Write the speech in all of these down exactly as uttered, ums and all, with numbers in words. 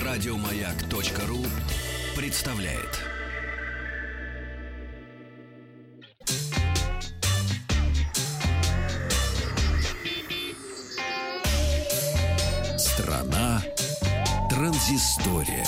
Радиомаяк.ру представляет. Страна транзистория.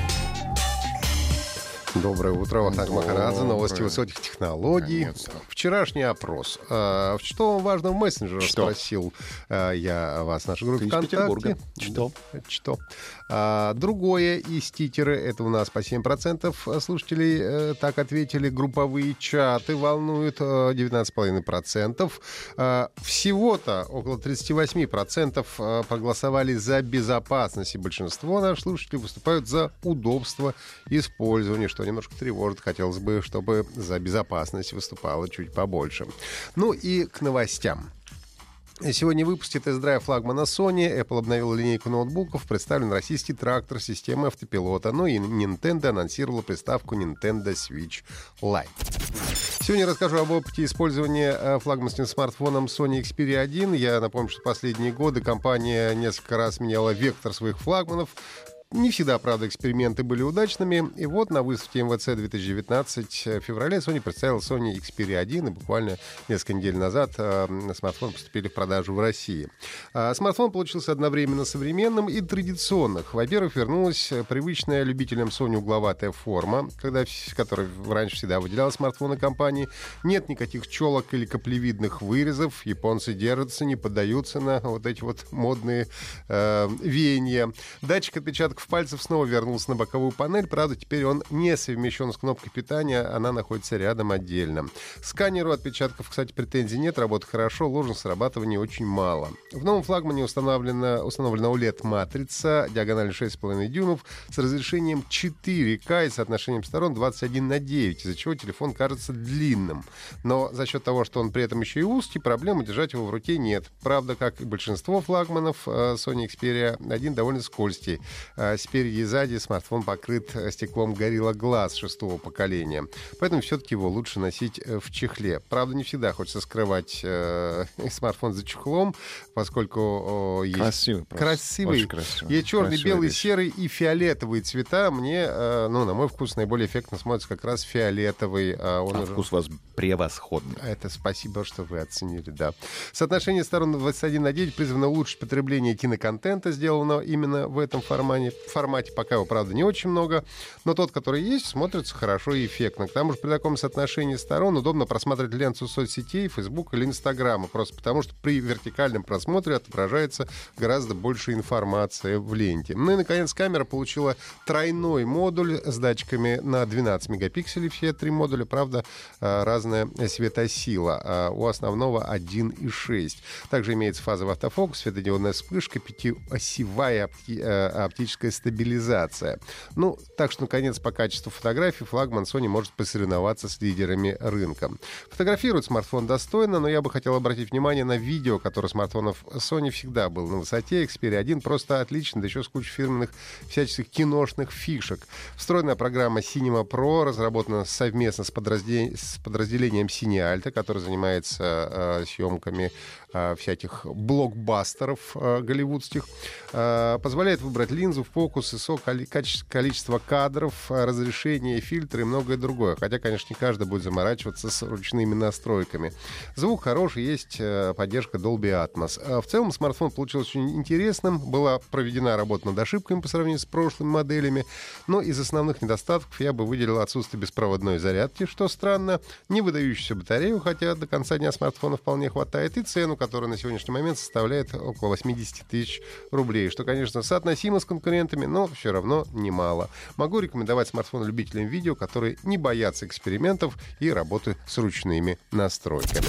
Доброе утро, Вахтанг Махарадзе. Новости высоких технологий. Конечно. Вчерашний опрос. А, что вам важно в мессенджерах? Что? Спросил а, я вас в нашей группе Ты из ВКонтакте. Петербурга. Что? Что? А, другое и стикеры. Это у нас по семь процентов слушателей э, так ответили. Групповые чаты волнуют э, девятнадцать целых пять десятых процента. А, всего-то около тридцать восемь процентов э, проголосовали за безопасность. И большинство наших слушателей выступают за удобство использования, что немножко тревожит. Хотелось бы, чтобы за безопасность выступало чуть побольше. Ну и к новостям. Сегодня в выпуске тест-драйв флагмана Sony. Apple обновила линейку ноутбуков, представлен российский трактор системы автопилота. Ну и Nintendo анонсировала приставку Nintendo Switch Lite. Сегодня расскажу об опыте использования флагманским смартфоном Sony Xperia один. Я напомню, что в последние годы компания несколько раз меняла вектор своих флагманов. Не всегда, правда, эксперименты были удачными. И вот на выставке эм вэ цэ две тысячи девятнадцать в феврале Sony представила Sony Xperia один. И буквально несколько недель назад э, смартфоны поступили в продажу в России. А смартфон получился одновременно современным и традиционным. Во-первых, вернулась привычная любителям Sony угловатая форма, когда, которая раньше всегда выделяла смартфоны компании. Нет никаких челок или каплевидных вырезов. Японцы держатся, не поддаются на вот эти вот модные э, веяния. Датчик отпечатков пальцев снова вернулся на боковую панель. Правда, теперь он не совмещен с кнопкой питания. Она находится рядом отдельно. Сканеру отпечатков, кстати, претензий нет. Работает хорошо, ложных срабатываний очень мало. В новом флагмане установлена, установлена о лед-матрица диагональю шесть целых пять десятых дюймов с разрешением четыре ка и соотношением сторон двадцать один на девять, из-за чего телефон кажется длинным. Но за счет того, что он при этом еще и узкий, проблем удержать его в руке нет. Правда, как и большинство флагманов, Sony Xperia один довольно скользкий. Спереди и сзади смартфон покрыт стеклом Gorilla Glass шестого поколения. Поэтому все-таки его лучше носить в чехле. Правда, не всегда хочется скрывать э, смартфон за чехлом, поскольку э, есть... Красивый просто. Красивый. Очень красивый. Есть черный, Красивая белый, вещь. серый и фиолетовый цвета. Мне, э, ну, на мой вкус, наиболее эффектно смотрится как раз фиолетовый. А, он А уже... вкус у вас превосходный. Это спасибо, что вы оценили, да. Соотношение сторон двадцать один на девять призвано улучшить потребление киноконтента, сделанного именно в этом формате. В формате пока его, правда, не очень много, но тот, который есть, смотрится хорошо и эффектно. К тому же при таком соотношении сторон удобно просматривать ленту соцсетей, Facebook или Instagram, просто потому что при вертикальном просмотре отображается гораздо больше информации в ленте. Ну и, наконец, камера получила тройной модуль с датчиками на двенадцать мегапикселей, все три модуля, правда, разная светосила. А у основного один и шесть. Также имеется фазовый автофокус, светодиодная вспышка, пятиосевая опти- оптическая стабилизация. Ну, так что, наконец, по качеству фотографий флагман Sony может посоревноваться с лидерами рынка. Фотографирует смартфон достойно, но я бы хотел обратить внимание на видео, которое смартфонов Sony всегда был на высоте. Xperia один просто отлично, да еще с кучей фирменных всяческих киношных фишек. Встроенная программа Cinema Pro разработана совместно с, подразде... с подразделением Cinealta, который занимается э, съемками э, всяких блокбастеров э, голливудских. Э, позволяет выбрать линзу, фокус, ай эс о, количество кадров, разрешение, фильтры и многое другое. Хотя, конечно, не каждый будет заморачиваться с ручными настройками. Звук хороший, есть поддержка Dolby Atmos. В целом смартфон получился очень интересным. Была проведена работа над ошибками по сравнению с прошлыми моделями. Но из основных недостатков я бы выделил отсутствие беспроводной зарядки, что странно, не выдающуюся батарею, хотя до конца дня смартфона вполне хватает, и цену, которая на сегодняшний момент составляет около восемьдесят тысяч рублей, что, конечно, соотносимо с конкурентами, но все равно немало. Могу рекомендовать смартфон любителям видео, которые не боятся экспериментов и работы с ручными настройками.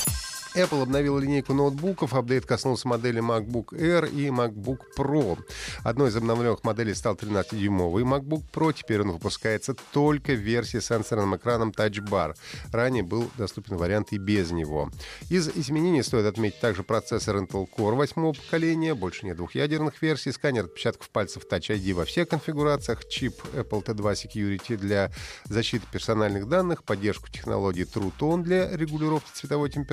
Apple обновила линейку ноутбуков. Апдейт коснулся модели MacBook Air и MacBook Pro. Одной из обновленных моделей стал тринадцатидюймовый MacBook Pro. Теперь он выпускается только в версии с сенсорным экраном Touch Bar. Ранее был доступен вариант и без него. Из изменений стоит отметить также процессор Intel Core восьмого поколения. Больше нет двухъядерных версий. Сканер отпечатков пальцев Touch ай ди во всех конфигурациях. Чип Apple ти два Security для защиты персональных данных. Поддержку технологии True Tone для регулировки цветовой температуры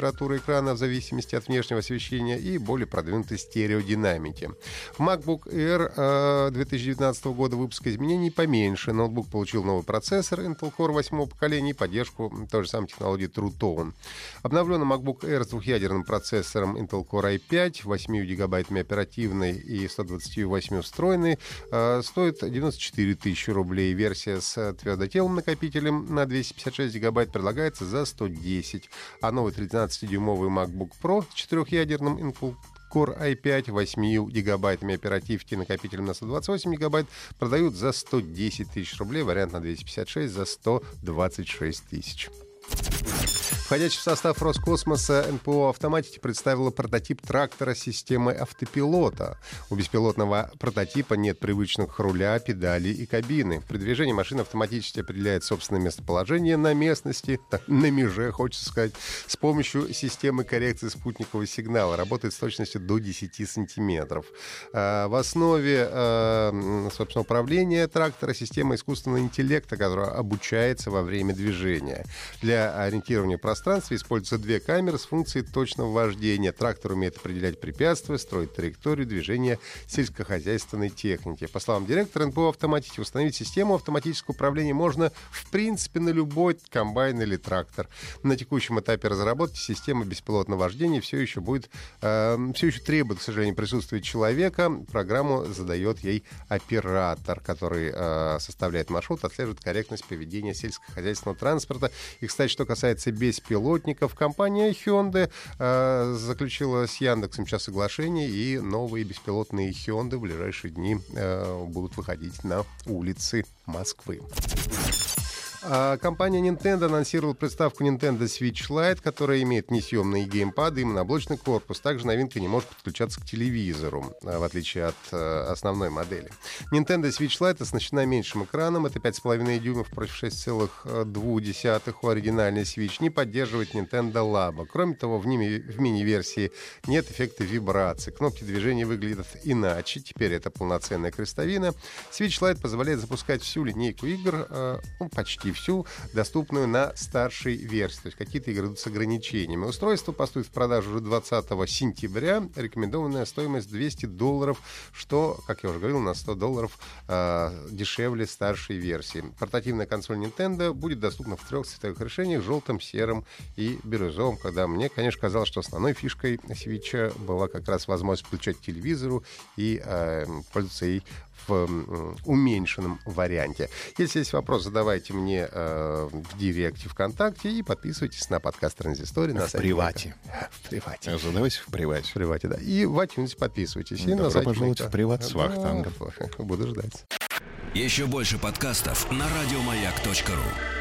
экрана в зависимости от внешнего освещения и более продвинутые стереодинамики. В MacBook Air две тысячи девятнадцатого года выпуска изменений поменьше. Ноутбук получил новый процессор Intel Core восьмого поколения и поддержку той же самой технологии True Tone. Обновленный MacBook Air с двухъядерным процессором Intel Core ай пять, восемью гигабайтами оперативной и ста двадцатью восьмью встроенной э, стоит девяносто четыре тысячи рублей. Версия с твердотелым накопителем на двести пятьдесят шесть гигабайт предлагается за сто десять. А новый тринадцатидюймовый MacBook Pro с четырехъядерным Intel Core ай пять, восьмью гигабайтами оперативки и накопителем на сто двадцать восемь гигабайт продают за сто десять тысяч рублей. Вариант на двести пятьдесят шесть за сто двадцать шесть тысяч. Входящий в состав Роскосмоса эн пэ о «Автоматики» представила прототип трактора с системой автопилота. У беспилотного прототипа нет привычных руля, педалей и кабины. При движении машина автоматически определяет собственное местоположение на местности, на меже, хочется сказать, с помощью системы коррекции спутникового сигнала. Работает с точностью до десяти сантиметров. В основе, собственно, управления трактора система искусственного интеллекта, которая обучается во время движения. Для ориентирования в пространстве используются две камеры с функцией точного вождения. Трактор умеет определять препятствия, строить траекторию движения сельскохозяйственной техники. По словам директора эн пэ о «Автоматики», установить систему автоматического управления можно, в принципе, на любой комбайн или трактор. На текущем этапе разработки системы беспилотного вождения все еще будет, э, все еще требует, к сожалению, присутствия человека. Программу задает ей оператор, который э, составляет маршрут, отслеживает корректность поведения сельскохозяйственного транспорта. И, кстати, что касается беспилотников, компания Hyundai э, заключила с Яндексом сейчас соглашение, и новые беспилотные Hyundai в ближайшие дни э, будут выходить на улицы Москвы. А компания Nintendo анонсировала приставку Nintendo Switch Lite, которая имеет несъемные геймпады и моноблочный корпус. Также новинка не может подключаться к телевизору, в отличие от э, основной модели. Nintendo Switch Lite оснащена меньшим экраном. Это пять с половиной дюймов против шести целых двух десятых у оригинальной Switch. Не поддерживает Nintendo Labo. Кроме того, в, ми- в мини-версии нет эффекта вибрации. Кнопки движения выглядят иначе. Теперь это полноценная крестовина. Switch Lite позволяет запускать всю линейку игр, э, ну, почти всю, доступную на старшей версии. То есть какие-то игры идут с ограничениями. Устройство поступит в продажу уже двадцатого сентября. Рекомендованная стоимость двести долларов, что, как я уже говорил, на сто долларов э, дешевле старшей версии. Портативная консоль Nintendo будет доступна в трех цветовых решениях: желтом, сером и бирюзовом. Когда мне, конечно, казалось, что основной фишкой Switch была как раз возможность подключать к телевизору и э, пользоваться ей в уменьшенном варианте. Если есть вопрос, задавайте мне э, в директе ВКонтакте и подписывайтесь на подкаст «Транзистория». В привате. В привате. Задавайся в привате. В привате, да. И в iTunes подписывайтесь. И Добро на сайте пожаловать Маяка. в приват с Да, Вахтангом. буду ждать. Еще больше подкастов на радиомаяк точка ру.